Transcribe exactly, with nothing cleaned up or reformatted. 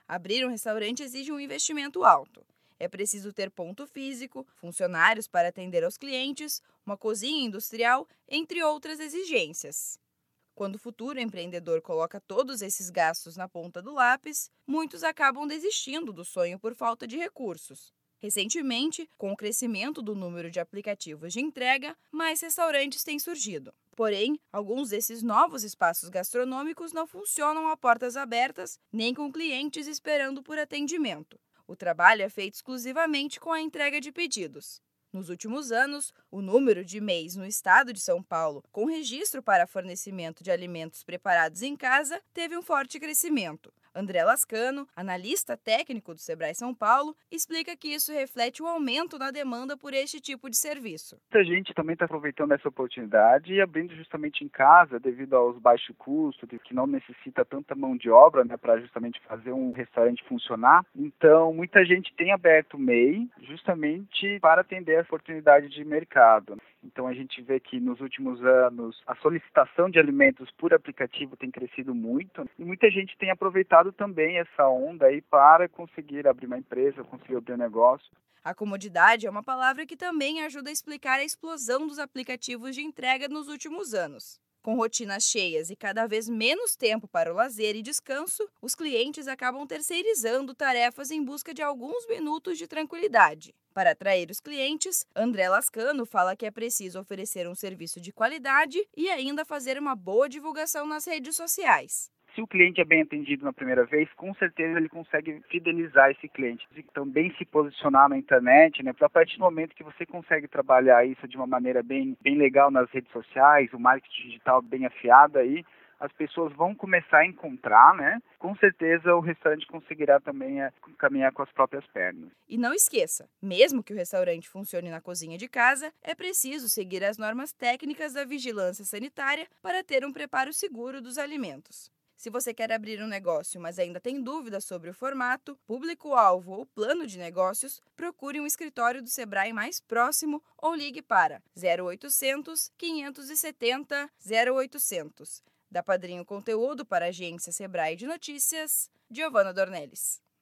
Abrir um restaurante exige um investimento alto. É preciso ter ponto físico, funcionários para atender aos clientes, uma cozinha industrial, entre outras exigências. Quando o futuro empreendedor coloca todos esses gastos na ponta do lápis, muitos acabam desistindo do sonho por falta de recursos. Recentemente, com o crescimento do número de aplicativos de entrega, mais restaurantes têm surgido. Porém, alguns desses novos espaços gastronômicos não funcionam a portas abertas, nem com clientes esperando por atendimento. O trabalho é feito exclusivamente com a entrega de pedidos. Nos últimos anos, o número de M E Is no estado de São Paulo, com registro para fornecimento de alimentos preparados em casa, teve um forte crescimento. André Lascano, analista técnico do Sebrae São Paulo, explica que isso reflete o aumento na demanda por este tipo de serviço. Muita gente também está aproveitando essa oportunidade e abrindo justamente em casa, devido aos baixos custos, que não necessita tanta mão de obra, né, para justamente fazer um restaurante funcionar. Então, muita gente tem aberto M E I justamente para atender a oportunidade de mercado. Então, a gente vê que nos últimos anos a solicitação de alimentos por aplicativo tem crescido muito e muita gente tem aproveitado também essa onda aí para conseguir abrir uma empresa, conseguir abrir um negócio. A comodidade é uma palavra que também ajuda a explicar a explosão dos aplicativos de entrega nos últimos anos. Com rotinas cheias e cada vez menos tempo para o lazer e descanso, os clientes acabam terceirizando tarefas em busca de alguns minutos de tranquilidade. Para atrair os clientes, André Lascano fala que é preciso oferecer um serviço de qualidade e ainda fazer uma boa divulgação nas redes sociais. Se o cliente é bem atendido na primeira vez, com certeza ele consegue fidelizar esse cliente. E também se posicionar na internet, né? A partir do momento que você consegue trabalhar isso de uma maneira bem, bem legal nas redes sociais, o marketing digital bem afiado aí, as pessoas vão começar a encontrar, né? Com certeza o restaurante conseguirá também é, caminhar com as próprias pernas. E não esqueça, mesmo que o restaurante funcione na cozinha de casa, é preciso seguir as normas técnicas da vigilância sanitária para ter um preparo seguro dos alimentos. Se você quer abrir um negócio, mas ainda tem dúvidas sobre o formato, público-alvo ou plano de negócios, procure um escritório do Sebrae mais próximo ou ligue para zero oitocentos, quinhentos e setenta, zero oitocentos. Da Padrinho Conteúdo para a agência Sebrae de Notícias, Giovana Dornelles.